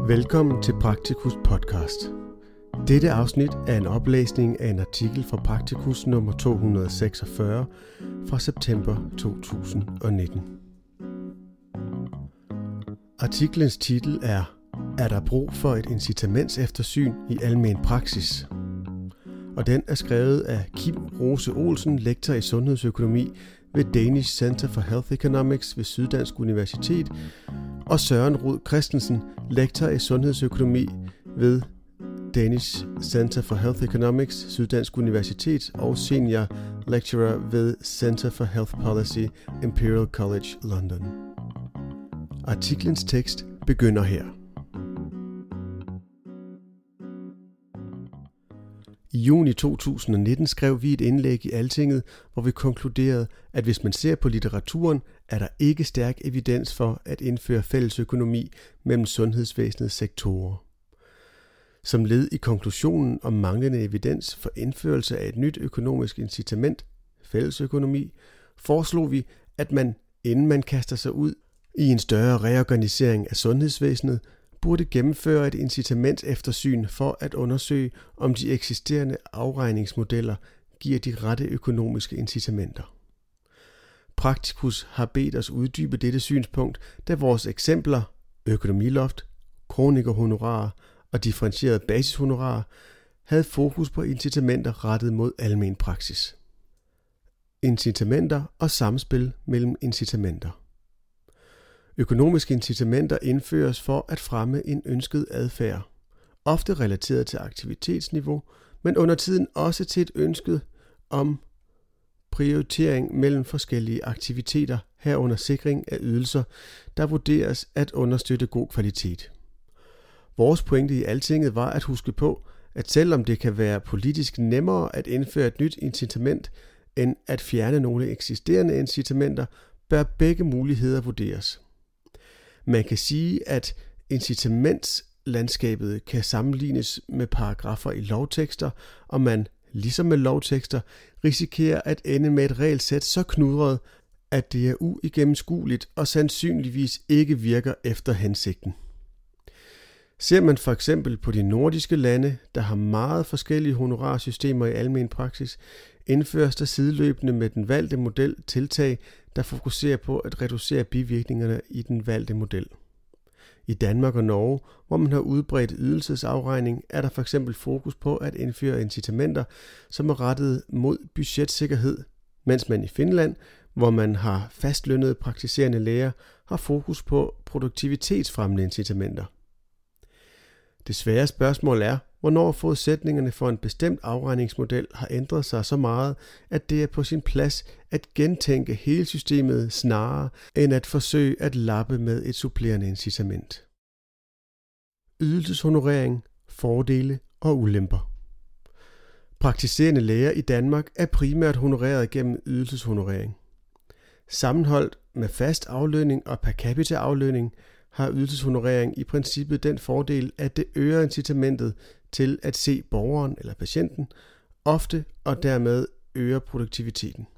Velkommen til Praktikus podcast. Dette afsnit er en oplæsning af en artikel fra Praktikus nummer 246 fra september 2019. Artiklens titel Er der brug for et incitamentseftersyn i almen praksis? Og den er skrevet af Kim Rose Olsen, lektor i sundhedsøkonomi ved Danish Center for Health Economics ved Syddansk Universitet, og Søren Rud Christensen, lektor i sundhedsøkonomi ved Danish Center for Health Economics, Syddansk Universitet og senior lecturer ved Center for Health Policy, Imperial College London. Artiklens tekst begynder her. I juni 2019 skrev vi et indlæg i Altinget, hvor vi konkluderede, at hvis man ser på litteraturen, er der ikke stærk evidens for at indføre fælles økonomi mellem sundhedsvæsenets sektorer. Som led i konklusionen om manglende evidens for indførelse af et nyt økonomisk incitament, fælles økonomi, foreslog vi, at man, inden man kaster sig ud i en større reorganisering af sundhedsvæsenet, burde gennemføre et incitamentseftersyn for at undersøge, om de eksisterende afregningsmodeller giver de rette økonomiske incitamenter. Praktikus har bedt os uddybe dette synspunkt, da vores eksempler, økonomiloft, kronikerhonorarer og differentieret basishonorarer, havde fokus på incitamenter rettet mod almen praksis. Incitamenter og samspil mellem incitamenter. Økonomiske incitamenter indføres for at fremme en ønsket adfærd, ofte relateret til aktivitetsniveau, men under tiden også til et ønsket om prioritering mellem forskellige aktiviteter, herunder sikring af ydelser, der vurderes at understøtte god kvalitet. Vores pointe i Altinget var at huske på, at selvom det kan være politisk nemmere at indføre et nyt incitament, end at fjerne nogle eksisterende incitamenter, bør begge muligheder vurderes. Man kan sige, at incitamentslandskabet kan sammenlignes med paragrafer i lovtekster, og man, ligesom med lovtekster, risikerer at ende med et regelsæt så knudret, at det er uigennemskueligt og sandsynligvis ikke virker efter hensigten. Ser man for eksempel på de nordiske lande, der har meget forskellige honorarsystemer i almen praksis, indføres der sideløbende med den valgte model tiltag, der fokuserer på at reducere bivirkningerne i den valgte model. I Danmark og Norge, hvor man har udbredt ydelsesafregning, er der for eksempel fokus på at indføre incitamenter, som er rettet mod budgetsikkerhed, mens man i Finland, hvor man har fastlønnede praktiserende læger, har fokus på produktivitetsfremmende incitamenter. Det svære spørgsmål er, hvornår forudsætningerne for en bestemt afregningsmodel har ændret sig så meget, at det er på sin plads at gentænke hele systemet snarere end at forsøge at lappe med et supplerende incitament. Ydelseshonorering, fordele og ulemper. Praktiserende læger i Danmark er primært honoreret gennem ydelseshonorering. Sammenholdt med fast aflønning og per capita aflønning har ydelseshonorering i princippet den fordel, at det øger incitamentet til at se borgeren eller patienten ofte og dermed øger produktiviteten.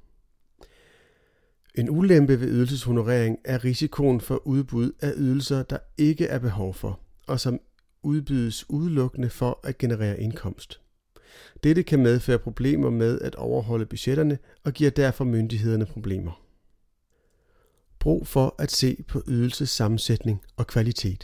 En ulempe ved ydelseshonorering er risikoen for udbud af ydelser, der ikke er behov for, og som udbydes udelukkende for at generere indkomst. Dette kan medføre problemer med at overholde budgetterne og giver derfor myndighederne problemer. Brug for at se på ydelsessammensætning og kvalitet.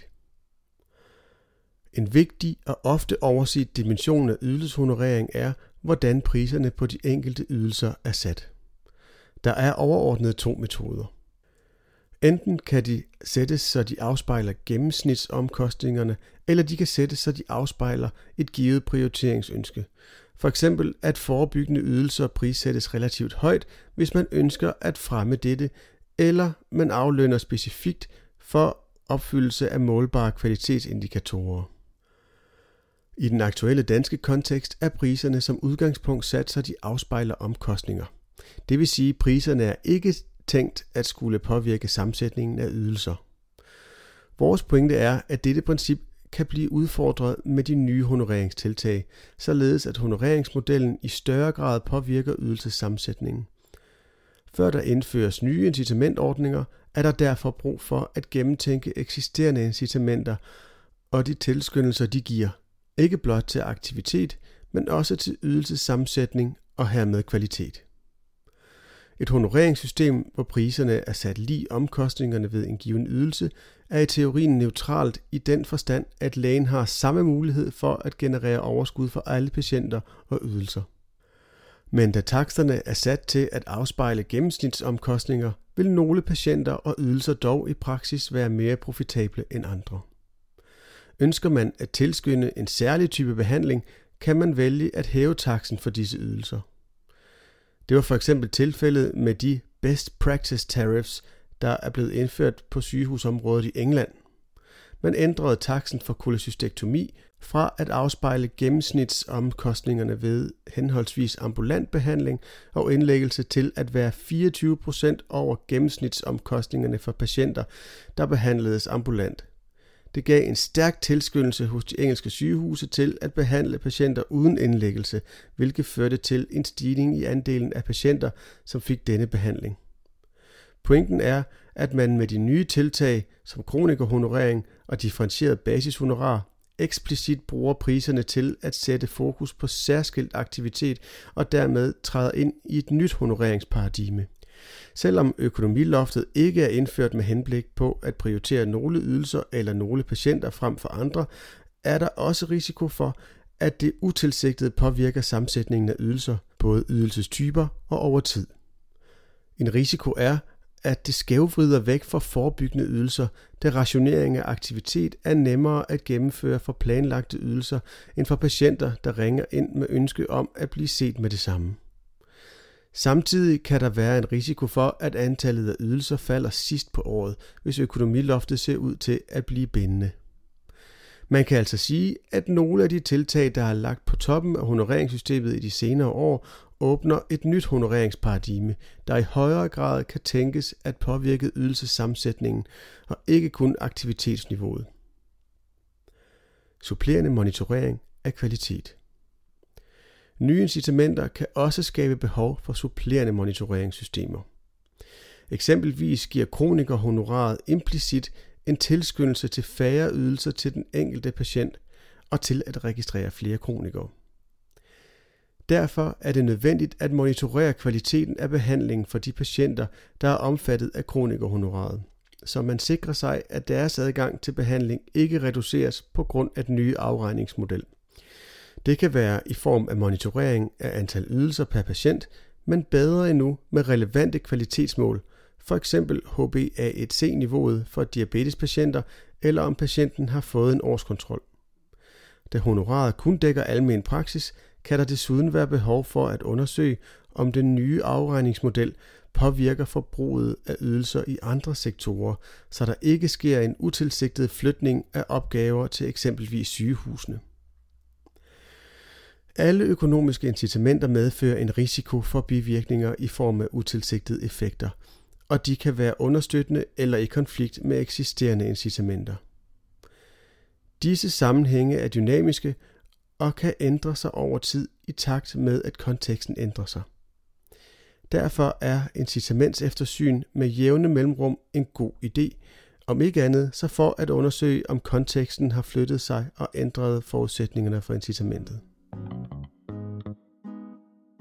En vigtig og ofte overset dimension af ydelseshonorering er, hvordan priserne på de enkelte ydelser er sat. Der er overordnet 2 metoder. Enten kan de sættes, så de afspejler gennemsnitsomkostningerne, eller de kan sættes, så de afspejler et givet prioriteringsønske. For eksempel at forebyggende ydelser prissættes relativt højt, hvis man ønsker at fremme dette, eller man aflønner specifikt for opfyldelse af målbare kvalitetsindikatorer. I den aktuelle danske kontekst er priserne som udgangspunkt sat, så de afspejler omkostninger. Det vil sige, at priserne er ikke tænkt at skulle påvirke sammensætningen af ydelser. Vores pointe er, at dette princip kan blive udfordret med de nye honoreringstiltag, således at honoreringsmodellen i større grad påvirker ydelsessammensætningen. Før der indføres nye incitamentordninger, er der derfor brug for at gennemtænke eksisterende incitamenter og de tilskyndelser, de giver, ikke blot til aktivitet, men også til ydelsessammensætning og hermed kvalitet. Et honoreringssystem, hvor priserne er sat lig omkostningerne ved en given ydelse, er i teorien neutralt i den forstand, at lægen har samme mulighed for at generere overskud for alle patienter og ydelser. Men da taksterne er sat til at afspejle gennemsnitsomkostninger, vil nogle patienter og ydelser dog i praksis være mere profitable end andre. Ønsker man at tilskynde en særlig type behandling, kan man vælge at hæve taksten for disse ydelser. Det var for eksempel tilfældet med de best practice tariffs, der er blevet indført på sygehusområdet i England. Man ændrede taksten for kolesystektomi fra at afspejle gennemsnitsomkostningerne ved henholdsvis ambulant behandling og indlæggelse til at være 24% over gennemsnitsomkostningerne for patienter, der behandledes ambulant. Det gav en stærk tilskyndelse hos de engelske sygehuse til at behandle patienter uden indlæggelse, hvilket førte til en stigning i andelen af patienter, som fik denne behandling. Pointen er, at man med de nye tiltag som kronikerhonorering og differentieret basishonorar eksplicit bruger priserne til at sætte fokus på særskilt aktivitet og dermed træder ind i et nyt honoreringsparadigme. Selvom økonomiloftet ikke er indført med henblik på at prioritere nogle ydelser eller nogle patienter frem for andre, er der også risiko for, at det utilsigtet påvirker sammensætningen af ydelser, både ydelsestyper og over tid. En risiko er, at det skævvrider væk fra forebyggende ydelser, da rationering af aktivitet er nemmere at gennemføre for planlagte ydelser end for patienter, der ringer ind med ønske om at blive set med det samme. Samtidig kan der være en risiko for, at antallet af ydelser falder sidst på året, hvis økonomiloftet ser ud til at blive bindende. Man kan altså sige, at nogle af de tiltag, der er lagt på toppen af honoreringssystemet i de senere år, åbner et nyt honoreringsparadigme, der i højere grad kan tænkes at påvirke ydelsessammensætningen og ikke kun aktivitetsniveauet. Supplerende monitorering af kvalitet. Nye incitamenter kan også skabe behov for supplerende monitoreringssystemer. Eksempelvis giver kronikerhonoraret implicit en tilskyndelse til færre ydelser til den enkelte patient og til at registrere flere kronikere. Derfor er det nødvendigt at monitorere kvaliteten af behandlingen for de patienter, der er omfattet af kronikerhonoraret, så man sikrer sig, at deres adgang til behandling ikke reduceres på grund af den nye afregningsmodel. Det kan være i form af monitorering af antal ydelser per patient, men bedre endnu med relevante kvalitetsmål, f.eks. HbA1c-niveauet for diabetespatienter, eller om patienten har fået en årskontrol. Da honoraret kun dækker almen praksis, kan der desuden være behov for at undersøge, om den nye afregningsmodel påvirker forbruget af ydelser i andre sektorer, så der ikke sker en utilsigtet flytning af opgaver til eksempelvis sygehusene. Alle økonomiske incitamenter medfører en risiko for bivirkninger i form af utilsigtede effekter, og de kan være understøttende eller i konflikt med eksisterende incitamenter. Disse sammenhænge er dynamiske og kan ændre sig over tid i takt med, at konteksten ændrer sig. Derfor er incitamentseftersyn med jævne mellemrum en god idé, om ikke andet så for at undersøge, om konteksten har flyttet sig og ændret forudsætningerne for incitamentet.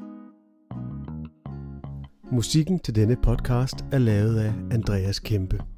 Musikken til denne podcast er lavet af Andreas Kæmpe.